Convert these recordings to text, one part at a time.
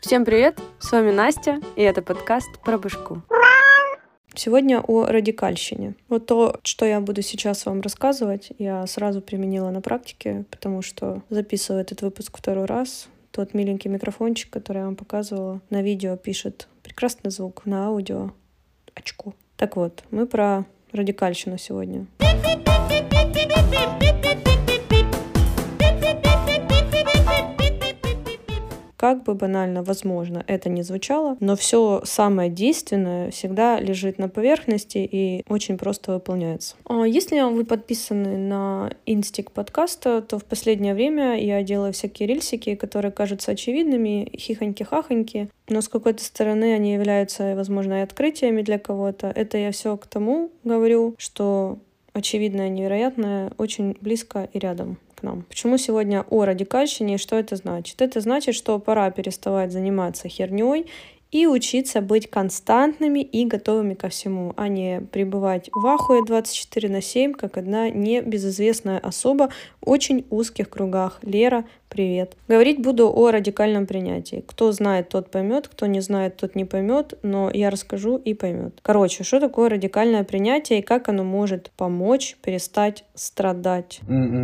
Всем привет! С вами Настя, и это подкаст про башку. Сегодня о радикальщине. Вот то, что я буду сейчас вам рассказывать, я сразу применила на практике, потому что записываю этот выпуск второй раз. Тот миленький микрофончик, который я вам показывала, на видео пишет прекрасный звук, на аудио очко. Так вот, мы про радикальщину сегодня. Как бы банально, возможно, это ни звучало, но все самое действенное всегда лежит на поверхности и очень просто выполняется. Если вы подписаны на инстик подкаста, то в последнее время я делаю всякие рильсики, которые кажутся очевидными, хихоньки-хахоньки, но с какой-то стороны они являются, возможно, и открытиями для кого-то. Это я все к тому говорю, что очевидное, невероятное очень близко и рядом к нам. Почему сегодня о радикальщине и что это значит? Это значит, что пора переставать заниматься херней и учиться быть константными и готовыми ко всему, а не пребывать в ахуе 24/7, как одна небезызвестная особа в очень узких кругах. Лера, привет. Говорить буду о радикальном принятии. Кто знает, тот поймет, кто не знает, тот не поймет, но я расскажу и поймет. Короче, что такое радикальное принятие и как оно может помочь перестать страдать?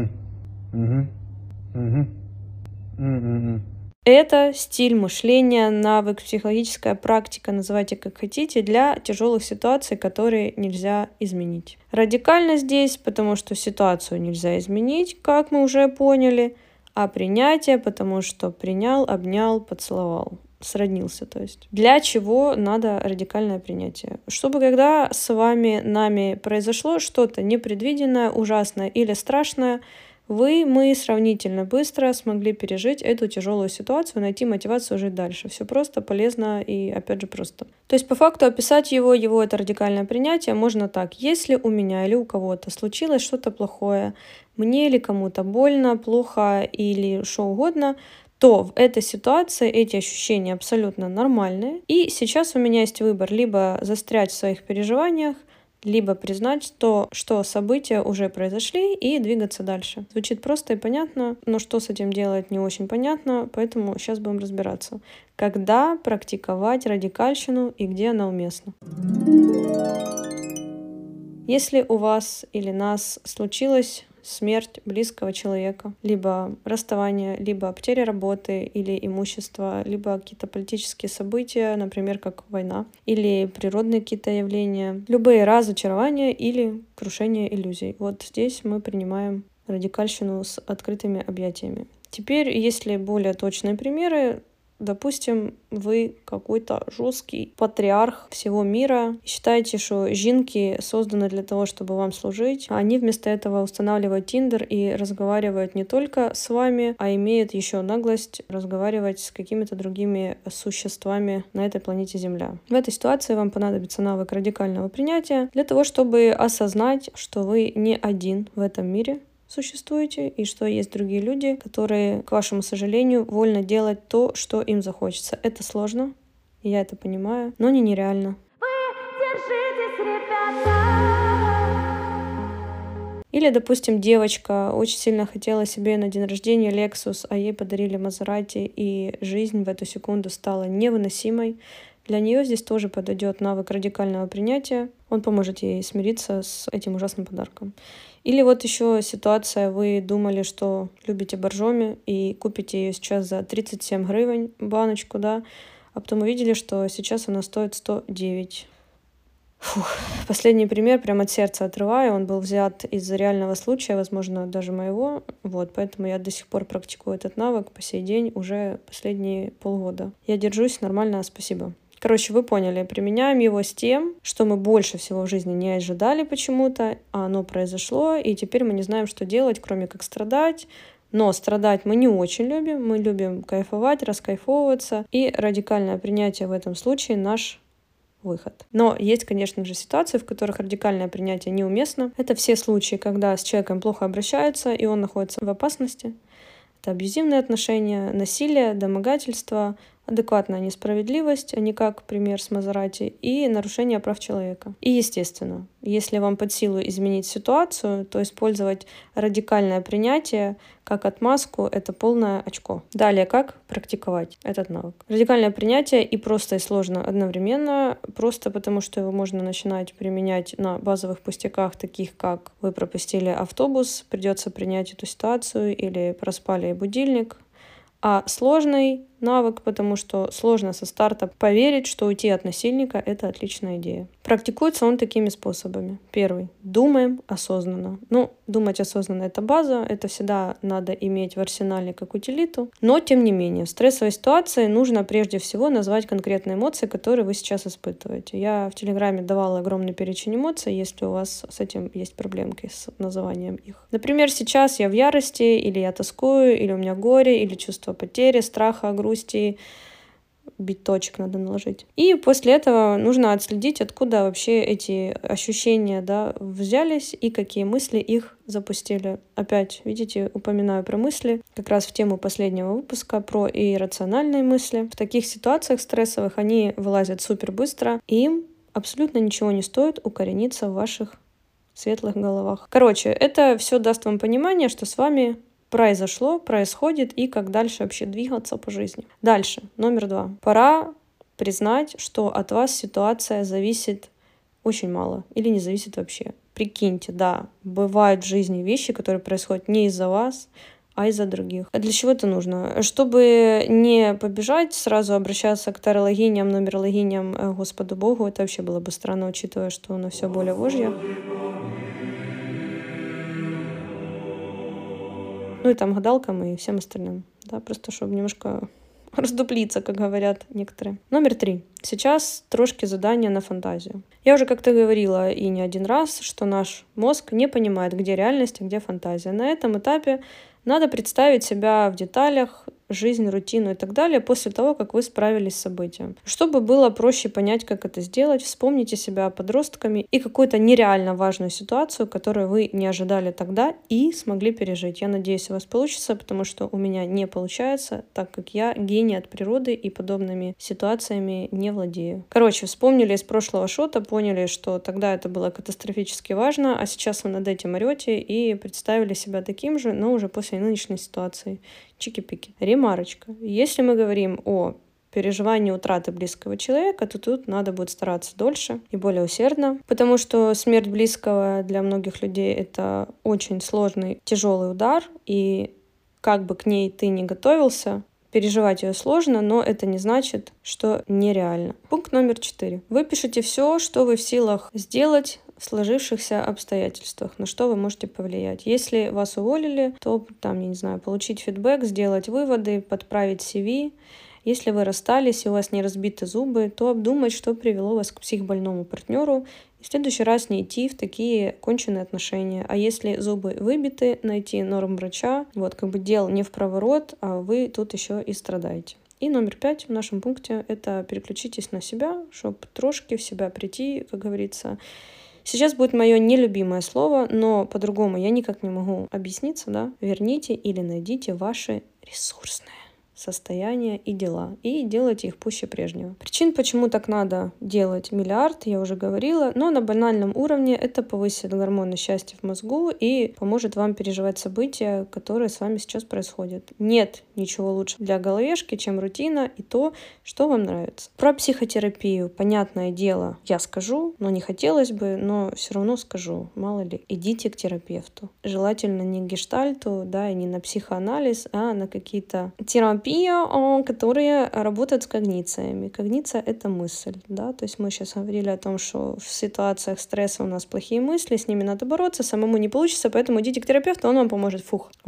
Это стиль мышления, навык, психологическая практика, называйте как хотите, для тяжелых ситуаций, которые нельзя изменить. Радикально здесь, потому что ситуацию нельзя изменить, как мы уже поняли, а принятие, потому что принял, обнял, поцеловал. Сроднился, то есть. Для чего надо радикальное принятие? Чтобы когда с вами, нами произошло что-то непредвиденное, ужасное или страшное, мы сравнительно быстро смогли пережить эту тяжелую ситуацию, найти мотивацию жить дальше. Все просто, полезно и, опять же, просто. То есть, по факту, описать его это радикальное принятие можно так. Если у меня или у кого-то случилось что-то плохое, мне или кому-то больно, плохо или что угодно, то в этой ситуации эти ощущения абсолютно нормальные. И сейчас у меня есть выбор либо застрять в своих переживаниях, либо признать, что события уже произошли и двигаться дальше. Звучит просто и понятно, но что с этим делать не очень понятно, поэтому сейчас будем разбираться. Когда практиковать радикальщину и где она уместна? Если у вас или нас случилась смерть близкого человека, либо расставание, либо потеря работы или имущества, либо какие-то политические события, например, как война, или природные какие-то явления, любые разочарования или крушение иллюзий. Вот здесь мы принимаем радикальщину с открытыми объятиями. Теперь, если более точные примеры, допустим, вы какой-то жесткий патриарх всего мира. Считаете, что жинки созданы для того, чтобы вам служить. А они вместо этого устанавливают Тиндер и разговаривают не только с вами, а имеют еще наглость разговаривать с какими-то другими существами на этой планете Земля. В этой ситуации вам понадобится навык радикального принятия для того, чтобы осознать, что вы не один в этом мире существуете, и что есть другие люди, которые, к вашему сожалению, вольно делать то, что им захочется. Это сложно, я это понимаю, но не нереально. Вы держитесь, ребята! Или, допустим, девочка очень сильно хотела себе на день рождения Lexus, а ей подарили Мазерати, и жизнь в эту секунду стала невыносимой. Для нее здесь тоже подойдет навык радикального принятия. Он поможет ей смириться с этим ужасным подарком. Или вот еще ситуация, вы думали, что любите боржоми и купите ее сейчас за 37 гривен баночку, да, а потом увидели, что сейчас она стоит 109. Последний пример прям от сердца отрываю, он был взят из реального случая, возможно, даже моего, поэтому я до сих пор практикую этот навык по сей день уже последние полгода. Я держусь нормально, спасибо. Короче, вы поняли, применяем его с тем, что мы больше всего в жизни не ожидали почему-то, а оно произошло, и теперь мы не знаем, что делать, кроме как страдать. Но страдать мы не очень любим, мы любим кайфовать, раскайфовываться, и радикальное принятие в этом случае наш выход. Но есть, конечно же, ситуации, в которых радикальное принятие неуместно. Это все случаи, когда с человеком плохо обращаются, и он находится в опасности. Это абьюзивные отношения, насилие, домогательство, адекватная несправедливость, а не как пример с Мазерати, и нарушение прав человека. И, естественно, если вам под силу изменить ситуацию, то использовать радикальное принятие как отмазку — это полное очко. Далее, как практиковать этот навык? Радикальное принятие и просто, и сложно одновременно, просто потому что его можно начинать применять на базовых пустяках, таких как вы пропустили автобус, придется принять эту ситуацию, или проспали будильник. А сложный навык, потому что сложно со старта поверить, что уйти от насильника — это отличная идея. Практикуется он такими способами. Первый. Думаем осознанно. Думать осознанно — это база, это всегда надо иметь в арсенале как утилиту. Но, тем не менее, в стрессовой ситуации нужно прежде всего назвать конкретные эмоции, которые вы сейчас испытываете. Я в Телеграме давала огромный перечень эмоций, если у вас с этим есть проблемки с называнием их. Например, сейчас я в ярости, или я тоскую, или у меня горе, или чувство потери, страха, грусти. Бить точек надо наложить. И после этого нужно отследить, откуда вообще эти ощущения, взялись и какие мысли их запустили. Опять, видите, упоминаю про мысли, как раз в тему последнего выпуска про иррациональные мысли. В таких ситуациях стрессовых они вылазят супер быстро, и им абсолютно ничего не стоит укорениться в ваших светлых головах. Короче, это все даст вам понимание, что с вами произошло, происходит, и как дальше вообще двигаться по жизни. Дальше, номер 2. Пора признать, что от вас ситуация зависит очень мало или не зависит вообще. Прикиньте, бывают в жизни вещи, которые происходят не из-за вас, а из-за других. А для чего это нужно? Чтобы не побежать, сразу обращаться к тарологиням, нумерологиням, Господу Богу. Это вообще было бы странно, учитывая, что оно все более Божье. И там гадалкам и всем остальным. Просто чтобы немножко раздуплиться, как говорят некоторые. Номер 3. Сейчас трошки задания на фантазию. Я уже как-то говорила и не один раз, что наш мозг не понимает, где реальность, а где фантазия. На этом этапе надо представить себя в деталях, жизнь, рутину и так далее после того, как вы справились с событием. Чтобы было проще понять, как это сделать, вспомните себя подростками и какую-то нереально важную ситуацию, которую вы не ожидали тогда и смогли пережить. Я надеюсь, у вас получится, потому что у меня не получается, так как я гений от природы и подобными ситуациями не владею. Короче, вспомнили из прошлого шота, поняли, что тогда это было катастрофически важно, а сейчас вы над этим орете и представили себя таким же, но уже после нынешней ситуации. Чики-пики. Ремарочка. Если мы говорим о переживании утраты близкого человека, то тут надо будет стараться дольше и более усердно, потому что смерть близкого для многих людей — это очень сложный, тяжелый удар, и как бы к ней ты ни готовился, переживать ее сложно, но это не значит, что нереально. Пункт номер 4. Вы пишете все, что вы в силах сделать в сложившихся обстоятельствах, на что вы можете повлиять. Если вас уволили, то получить фидбэк, сделать выводы, подправить CV. Если вы расстались и у вас не разбиты зубы, то обдумать, что привело вас к психбольному партнеру, и в следующий раз не идти в такие конченые отношения. А если зубы выбиты, найти нормврача. Дел не в проворот, а вы тут еще и страдаете. И номер 5 в нашем пункте — это переключитесь на себя, чтобы трошки в себя прийти, как говорится. Сейчас будет мое нелюбимое слово, но по-другому я никак не могу объясниться, Верните или найдите ваши ресурсные состояния и дела, и делайте их пуще прежнего. Причин, почему так надо делать, миллиард, я уже говорила, но на банальном уровне это повысит гормоны счастья в мозгу и поможет вам переживать события, которые с вами сейчас происходят. Нет ничего лучше для головешки, чем рутина и то, что вам нравится. Про психотерапию, понятное дело, я скажу, но не хотелось бы, но все равно скажу, мало ли. Идите к терапевту. Желательно не к гештальту, и не на психоанализ, а на какие-то терапии, которые работают с когнициями. Когниция — это мысль, То есть мы сейчас говорили о том, что в ситуациях стресса у нас плохие мысли, с ними надо бороться, самому не получится, поэтому идите к терапевту, он вам поможет.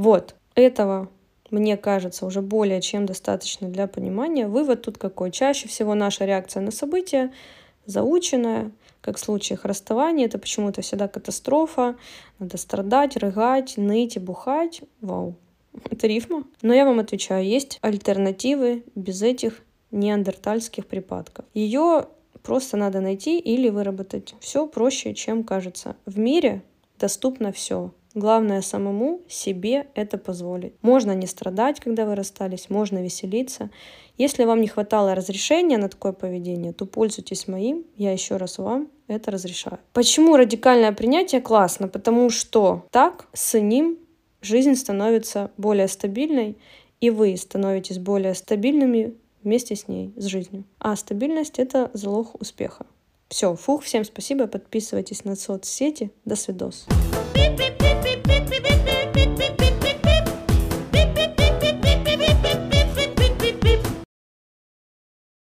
Этого, мне кажется, уже более чем достаточно для понимания. Вывод тут какой? Чаще всего наша реакция на события заученная, как в случаях расставания, это почему-то всегда катастрофа, надо страдать, рыгать, ныть и бухать. Вау. Это рифма. Но я вам отвечаю, есть альтернативы без этих неандертальских припадков. Ее просто надо найти или выработать. Все проще, чем кажется. В мире доступно все. Главное самому себе это позволить. Можно не страдать, когда вы расстались, можно веселиться. Если вам не хватало разрешения на такое поведение, то пользуйтесь моим, я еще раз вам это разрешаю. Почему радикальное принятие классно? Потому что так с ним жизнь становится более стабильной, и вы становитесь более стабильными вместе с ней, с жизнью. А стабильность — это залог успеха. Все, всем спасибо, подписывайтесь на соцсети. До свидос.